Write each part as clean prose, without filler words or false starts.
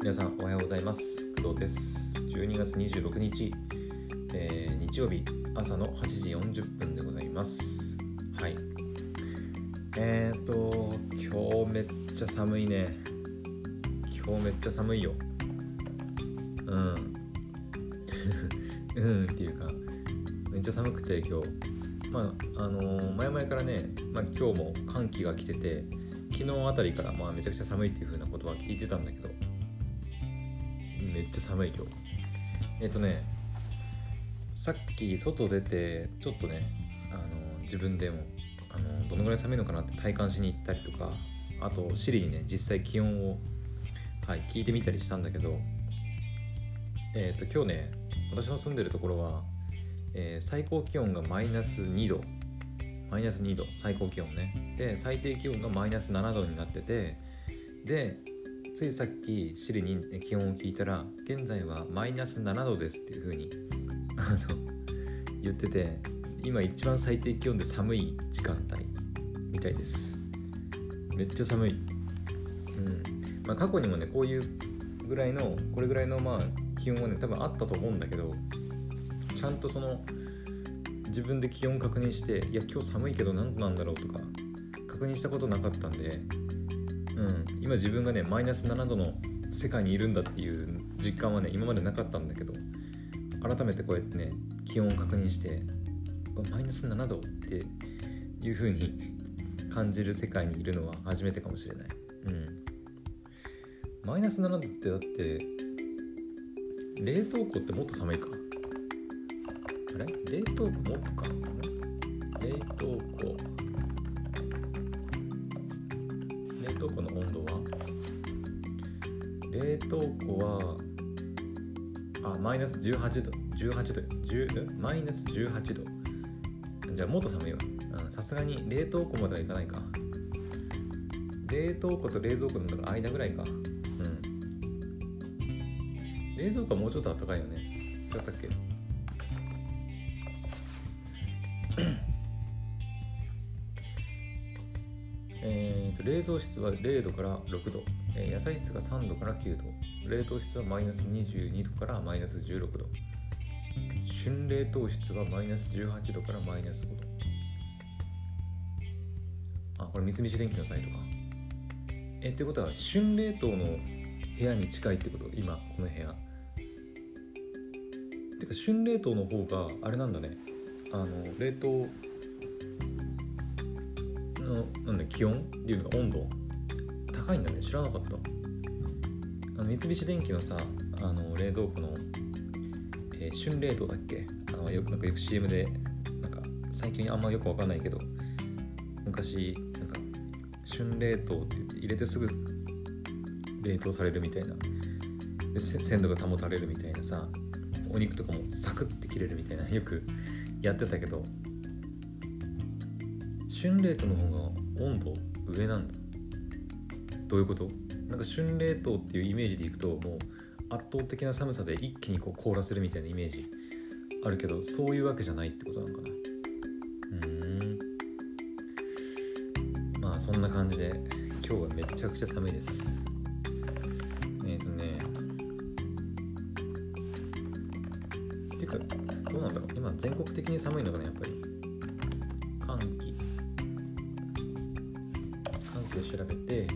皆さんおはようございます。工藤です。12月26日、日曜日朝の8時40分でございます。はい。今日めっちゃ寒いね。今日めっちゃ寒いよ。っていうかめっちゃ寒くて今日。前々からね、今日も寒気が来てて、昨日あたりからめちゃくちゃ寒いっていう風なことは聞いてたんだけど、めっちゃ寒い今日。さっき外出てちょっとね、自分でもどのぐらい寒いのかなって体感しに行ったりとか、あとシリにね実際気温を聞いてみたりしたんだけど、今日ね、私の住んでるところは、最高気温がマイナス2度最高気温ね。で最低気温がマイナス7度になってて、でついさっきシリに気温を聞いたら、現在はマイナス7度ですっていう風に言ってて、今一番最低気温で寒い時間帯みたいです。めっちゃ寒い。過去にもねこれぐらいの気温はね多分あったと思うんだけど、ちゃんとその自分で気温確認して、いや今日寒いけど何なんだろうとか確認したことなかったんで、今自分がねマイナス7度の世界にいるんだっていう実感はね今までなかったんだけど、改めてこうやってね気温を確認して、マイナス7度っていう風に感じる世界にいるのは初めてかもしれない。マイナス7度ってだって冷凍庫ってもっと寒いか。あれ？冷凍庫もっとか。冷凍庫の温度は、冷凍庫はマイナス18度マイナス18度。じゃあもっと寒いわ。さすがに冷凍庫まではいかないか。冷凍庫と冷蔵庫の間ぐらいか。冷蔵庫はもうちょっと暖かいよね。だったっけ？冷蔵室は0度から6度、野菜室が3度から9度、冷凍室はマイナス22度からマイナス16度、旬冷凍室はマイナス18度からマイナス5度。これ三菱電機のサイトか。ってことは旬冷凍の部屋に近いってこと？今この部屋てか旬冷凍の方があれなんだね。冷凍の気温っていうのが温度高いんだね。知らなかった。三菱電機のさ、冷蔵庫の、旬冷凍だっけ？よく CM で最近あんまよくわかんないけど、昔旬冷凍って言って入れてすぐ冷凍されるみたいなで、鮮度が保たれるみたいなさ、お肉とかもサクッて切れるみたいなよくやってたけど、旬冷凍の方が温度上なんだ。どういうこと？旬冷凍っていうイメージでいくと、もう圧倒的な寒さで一気に凍らせるみたいなイメージあるけど、そういうわけじゃないってことなのかな。そんな感じで今日はめちゃくちゃ寒いです。っていうかどうなんだろう、今全国的に寒いのかな。やっぱり寒気を調べて、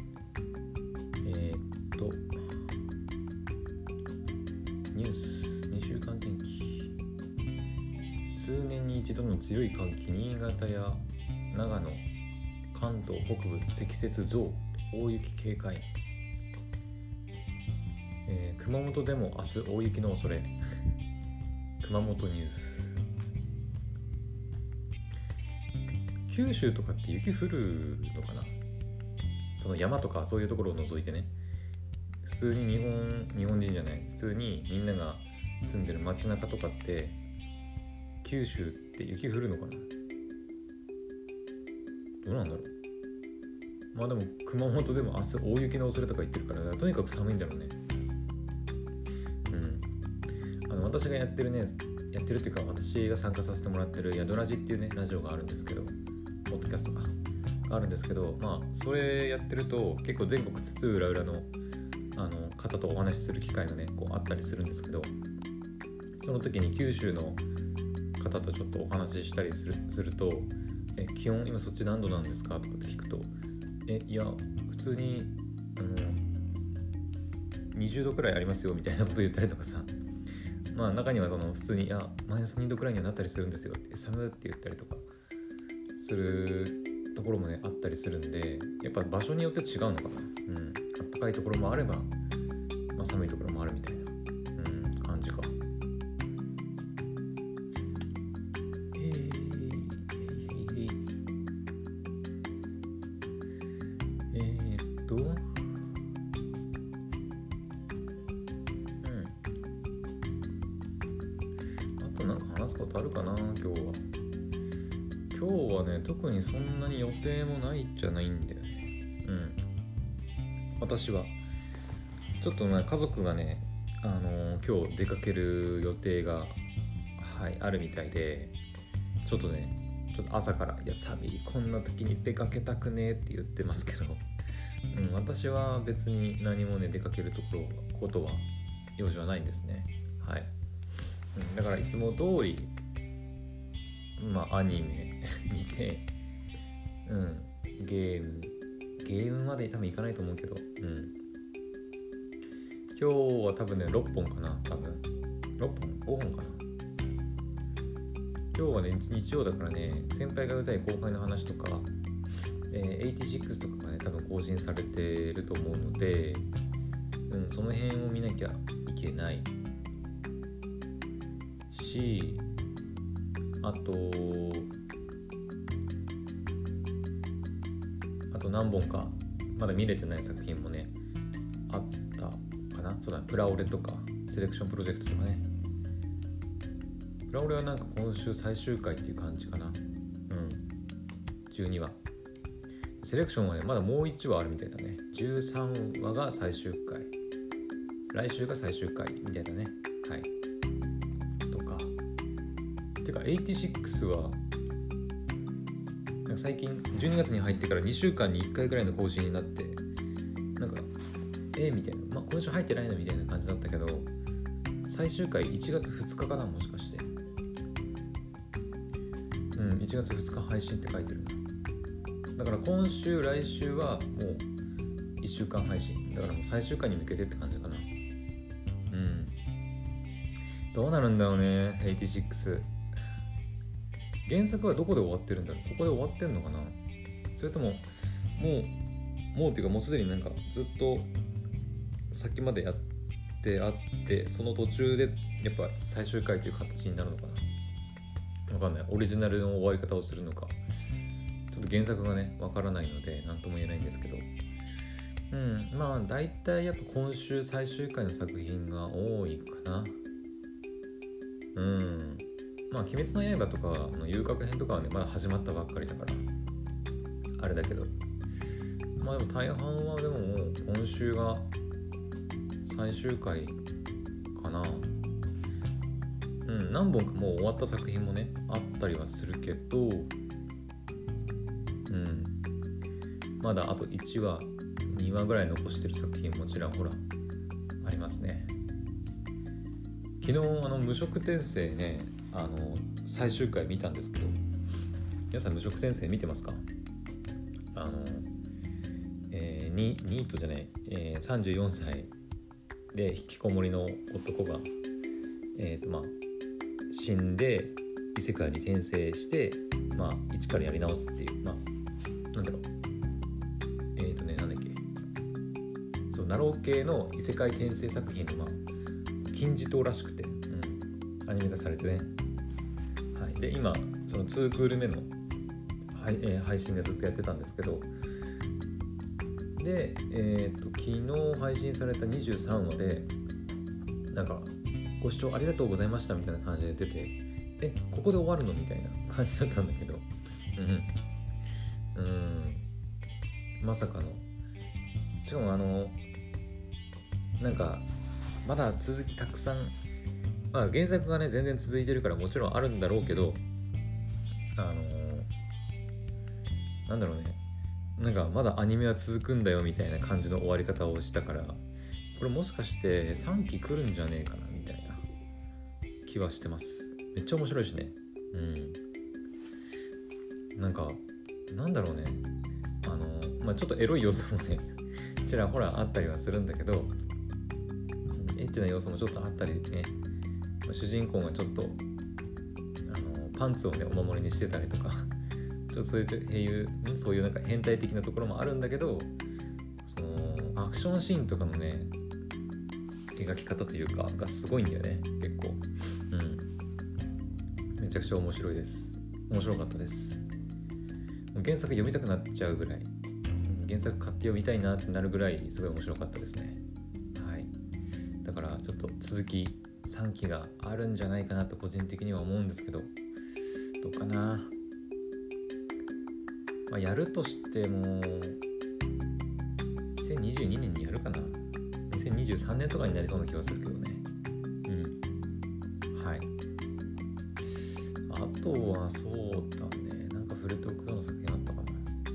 ニュース2週間天気。数年に一度の強い寒気、新潟や長野、関東北部積雪増、大雪警戒。熊本でも明日大雪の恐れ。熊本ニュース。九州とかって雪降るのかな。その山とかそういうところを除いてね、普通に日本人じゃない、普通にみんなが住んでる街中とかって九州って雪降るのかな。どうなんだろう。でも熊本でも明日大雪の恐れとか言ってるから、とにかく寒いんだろうね。私がやってるっていうか、私が参加させてもらってる宿ラジっていうねラジオがあるんですけど、ポッドキャストがあるんですけど、それやってると結構全国津々浦々の方とお話しする機会がねこうあったりするんですけど、その時に九州の方とちょっとお話ししたりすると、気温今そっち何度なんですかとかって聞くと、いや普通に20度くらいありますよみたいなこと言ったりとかさ、まあ中にはその普通にマイナス2度くらいにはなったりするんですよって寒って言ったりとかするところもねあったりするんで、やっぱ場所によって違うのかな。暖かいところもあれば、寒いところもあるみたいな、感じか。あとなんか話すことあるかな今日はね特にそんなに予定もないじゃないんだよね。私はちょっと家族がね今日出かける予定があるみたいで、ちょっと朝からいや寒いこんな時に出かけたくねって言ってますけど、私は別に何もね出かけることは用事はないんですね。だからいつも通りアニメ見て、ゲームまで多分いかないと思うけど、今日は多分ね6本かな、5本かな。今日はね日曜だからね、先輩がうざい後輩の話とか、86とかがね多分更新されてると思うので、その辺を見なきゃいけないし、あと何本かまだ見れてない作品もねあったかな。そうだ、プラオレとかセレクションプロジェクトとかね。プラオレはなんか今週最終回っていう感じかな。12話。セレクションはねまだもう1話あるみたいだね。13話が最終回、来週が最終回みたいだね。とかてか86はなんか最近12月に入ってから2週間に1回ぐらいの更新になって、なんかみたいな、今週入ってないのみたいな感じだったけど、最終回1月2日かな、もしかして。1月2日配信って書いてるな。だから今週来週はもう1週間配信だから、もう最終回に向けてって感じかな。どうなるんだろうね86。原作はどこで終わってるんだろう。ここで終わってんのかな、それとももうっていうかもうすでになんかずっと先までやってあって、その途中でやっぱ最終回という形になるのかな。わかんない。オリジナルの終わり方をするのかちょっと原作がねわからないので何とも言えないんですけど、だいたいやっぱ今週最終回の作品が多いかな。鬼滅の刃とかの遊郭編とかはねまだ始まったばっかりだからあれだけど、でも大半はでももう今週が最終回かな。何本かもう終わった作品もねあったりはするけど、まだあと1話2話ぐらい残してる作品もちらほらありますね。昨日無職転生ね最終回見たんですけど、皆さん無職転生見てますか？ニートじゃない、34歳で引きこもりの男が死んで異世界に転生して一からやり直すっていうなんだろうなんだっけ、そうナロー系の異世界転生作品の金字塔らしくて、アニメ化されてね。で今その2クール目の、配信がずっとやってたんですけど、で昨日配信された23話でなんかご視聴ありがとうございましたみたいな感じで出て、ここで終わるのみたいな感じだったんだけど、まさかの、しかもなんかまだ続きたくさん、原作がね全然続いてるからもちろんあるんだろうけど、なんだろうね、なんかまだアニメは続くんだよみたいな感じの終わり方をしたから、 これもしかして3期来るんじゃねえかなみたいな気はしてます。めっちゃ面白いしね。なんかなんだろうね、ちょっとエロい要素もねちらほらあったりはするんだけど、エッチな要素もちょっとあったりね、主人公がちょっとパンツをねお守りにしてたりとかちょっとそういうなんか変態的なところもあるんだけど、そのアクションシーンとかのね描き方というかがすごいんだよね。結構めちゃくちゃ面白かったです。原作読みたくなっちゃうぐらい、原作買って読みたいなってなるぐらいすごい面白かったですね。はい。だからちょっと続き3期があるんじゃないかなと個人的には思うんですけど、どうかな。やるとしても2022年にやるかな。2023年とかになりそうな気がするけどね。はい。あとはそうだね、なんか触れておくような作品あったかな。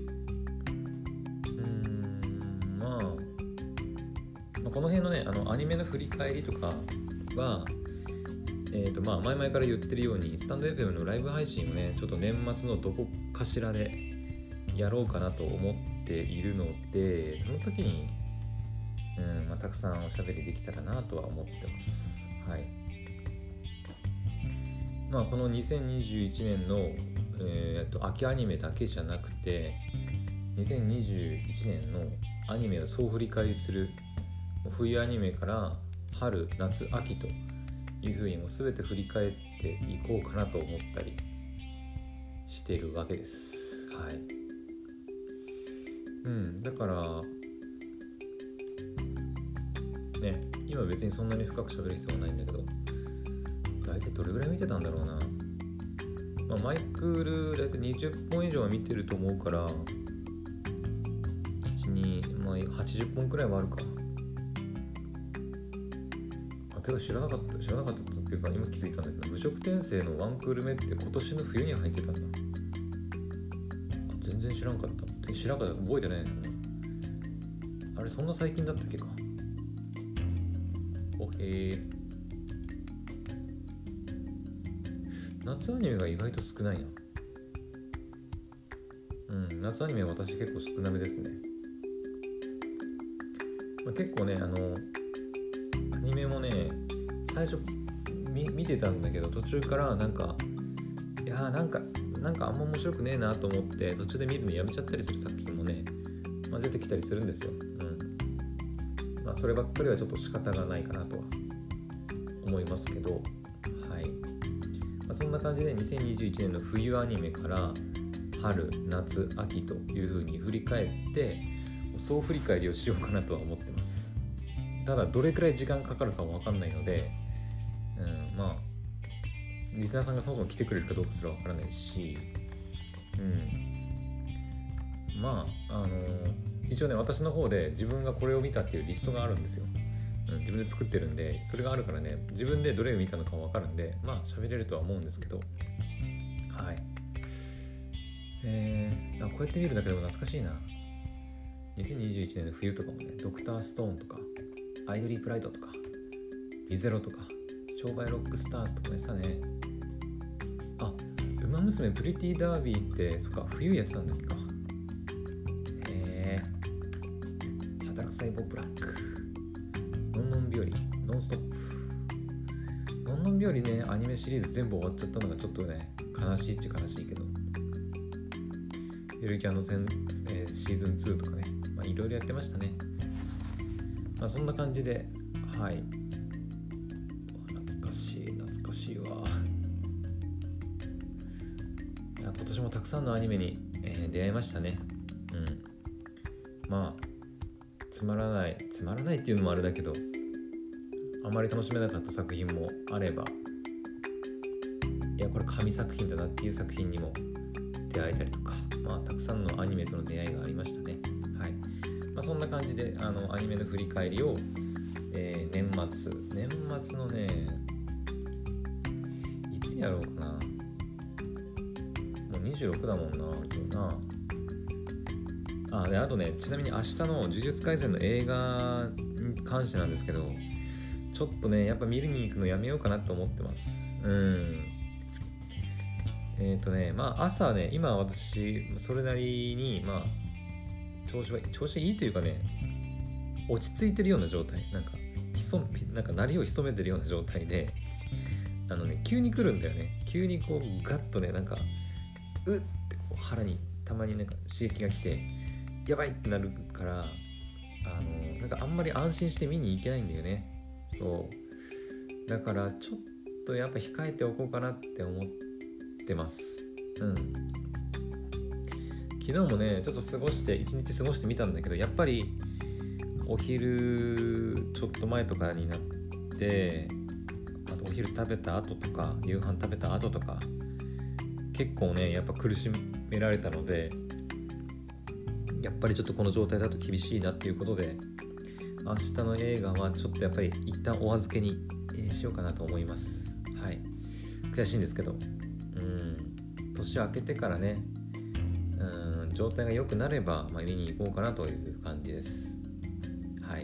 この辺のねアニメの振り返りとかは前々から言ってるようにスタンド FM のライブ配信をねちょっと年末のどこかしらでやろうかなと思っているので、その時にたくさんおしゃべりできたらなとは思ってます。はい。この2021年の、秋アニメだけじゃなくて2021年のアニメを総振り返りする冬アニメから春夏秋というふうにもう全て振り返っていこうかなと思ったりしているわけです。はい。だからね、今別にそんなに深く喋る必要はないんだけど、大体どれぐらい見てたんだろうな。マイクール大体20本以上は見てると思うから、80本くらいはあるか。てか知らなかったっていうか、今気づいたんだけど、無職転生のワンクール目って今年の冬に入ってたんだ。全然知らんかった。覚えてないね。あれそんな最近だったっけか。夏アニメが意外と少ないな。夏アニメは私結構少なめですね。結構ねアニメもね最初見てたんだけど、途中からなんかあんま面白くねえなと思って途中で見るのやめちゃったりする作品もね、出てきたりするんですよ。そればっかりはちょっと仕方がないかなとは思いますけど、はい。そんな感じで2021年の冬アニメから春夏秋という風に振り返って総振り返りをしようかなとは思ってます。ただどれくらい時間かかるかも分かんないので、リスナーさんがそもそも来てくれるかどうかすら分からないし、一応ね私の方で自分がこれを見たっていうリストがあるんですよ。自分で作ってるんで、それがあるからね自分でどれを見たのか分かるんで喋れるとは思うんですけど、はい。こうやって見るだけでも懐かしいな。2021年の冬とかもね、ドクターストーンとかアイドリープライドとかリゼロとか商売ロックスターズとかでしたね。ウマ娘プリティダービーってそっか冬やってたんだっけか。働く細胞ブラック、のんのん日和、ノンストップ、のんのん日和ね、アニメシリーズ全部終わっちゃったのがちょっとね悲しいっちゃ悲しいけど、ゆるキャンのシーズン2とかね、いろいろやってましたね。そんな感じで、はい。懐かしいわ。今年もたくさんのアニメに、出会いましたね。つまらないっていうのもあれだけど、あまり楽しめなかった作品もあれば、いやこれ神作品だなっていう作品にも出会えたりとか、たくさんのアニメとの出会いがありましたね。はい。そんな感じでアニメの振り返りを、年末のね、いつやろうかな。もう26だもんな、あとね、ちなみに明日の呪術廻戦の映画関してなんですけど、ちょっとねやっぱ見るに行くのやめようかなと思ってます。まあ朝ね、今私それなりにまあ調子いいというかね、落ち着いてるような状態、なんか鳴りを潜めてるような状態で、急に来るんだよね。急にこうガッとね、なんかうってこう腹にたまになんか刺激が来てやばいってなるから、なんかあんまり安心して見に行けないんだよね。そうだからちょっとやっぱ控えておこうかなって思ってます。昨日もねちょっと一日過ごしてみたんだけど、やっぱりお昼ちょっと前とかになって、あとお昼食べた後とか夕飯食べた後とか結構ねやっぱ苦しめられたので、やっぱりちょっとこの状態だと厳しいなっていうことで、明日の映画はちょっとやっぱり一旦お預けにしようかなと思います。はい、悔しいんですけど、年明けてからね、状態が良くなれば、見に行こうかなという感じです。はい。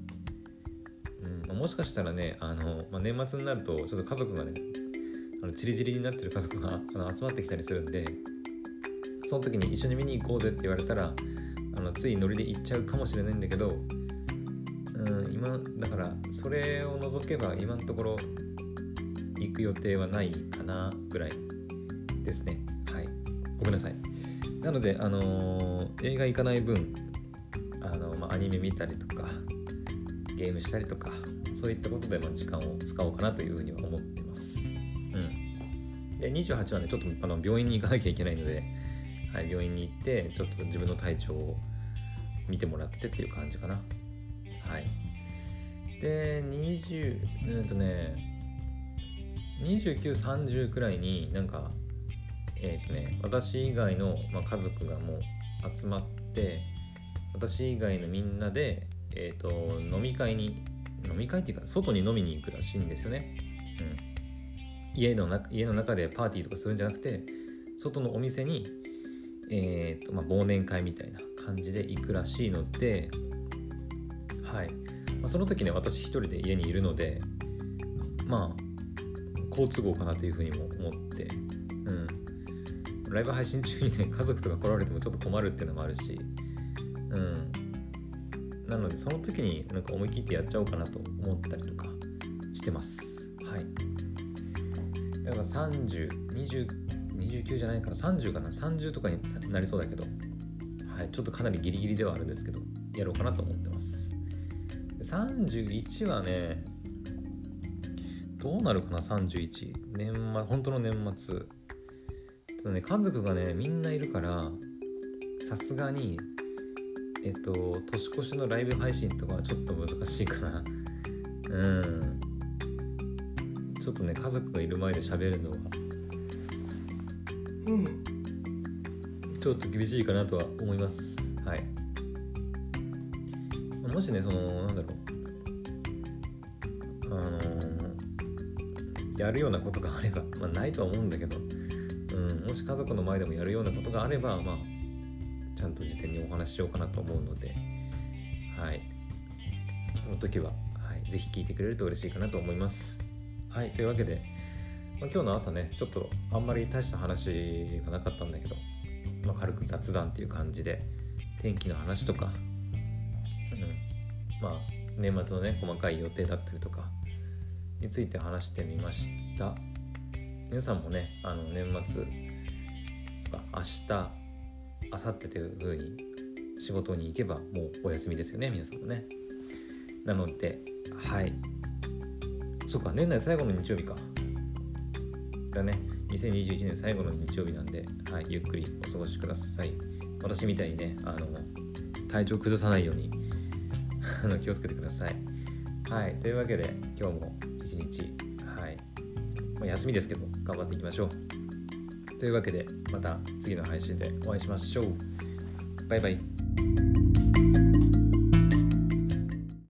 もしかしたらね、年末になるとちょっと家族がね、チリチリになってる家族が集まってきたりするんで、その時に一緒に見に行こうぜって言われたら、ついノリで行っちゃうかもしれないんだけど、今だからそれを除けば今のところ行く予定はないかなぐらいですね。はい、ごめんなさい。なので映画行かない分アニメ見たりとかゲームしたりとか、そういったことで時間を使おうかなというふうには思ってます。で28はねちょっと病院に行かなきゃいけないので、はい、病院に行ってちょっと自分の体調を見てもらってっていう感じかな。はい。で29、30くらいになんか私以外の、家族がもう集まって、私以外のみんなで、飲み会っていうか外に飲みに行くらしいんですよね。家の中でパーティーとかするんじゃなくて、外のお店に、忘年会みたいな感じで行くらしいので、はい。その時ね私一人で家にいるので、好都合かなというふうにも思って、ライブ配信中にね家族とか来られてもちょっと困るっていうのもあるし、なのでその時になんか思い切ってやっちゃおうかなと思ったりとかしてます。はい。だから29じゃないかな、30かな、30とかになりそうだけど、はい、ちょっとかなりギリギリではあるんですけど、やろうかなと思ってます。31はねどうなるかな。31本当の年末ただね、家族がねみんないるから、さすがに年越しのライブ配信とかはちょっと難しいかな。ちょっとね家族がいる前で喋るのはちょっと厳しいかなとは思います。はい。もしねやるようなことがあれば、ないとは思うんだけど、もし家族の前でもやるようなことがあれば、ちゃんと事前にお話ししようかなと思うので、はい、その時は、ぜひ聞いてくれると嬉しいかなと思います。はい、というわけで、今日の朝ねちょっとあんまり大した話がなかったんだけど、軽く雑談っていう感じで天気の話とか、年末のね細かい予定だったりとかについて話してみました。皆さんもね年末とか明日明後日という風に仕事に行けばもうお休みですよね、皆さんもね。なのでそうか、年内最後の日曜日かだね。2021年最後の日曜日なんで、ゆっくりお過ごしください。私みたいにね体調崩さないように気をつけてください。はい、というわけで今日も一日、休みですけど頑張っていきましょう。というわけでまた次の配信でお会いしましょう。バイバイ。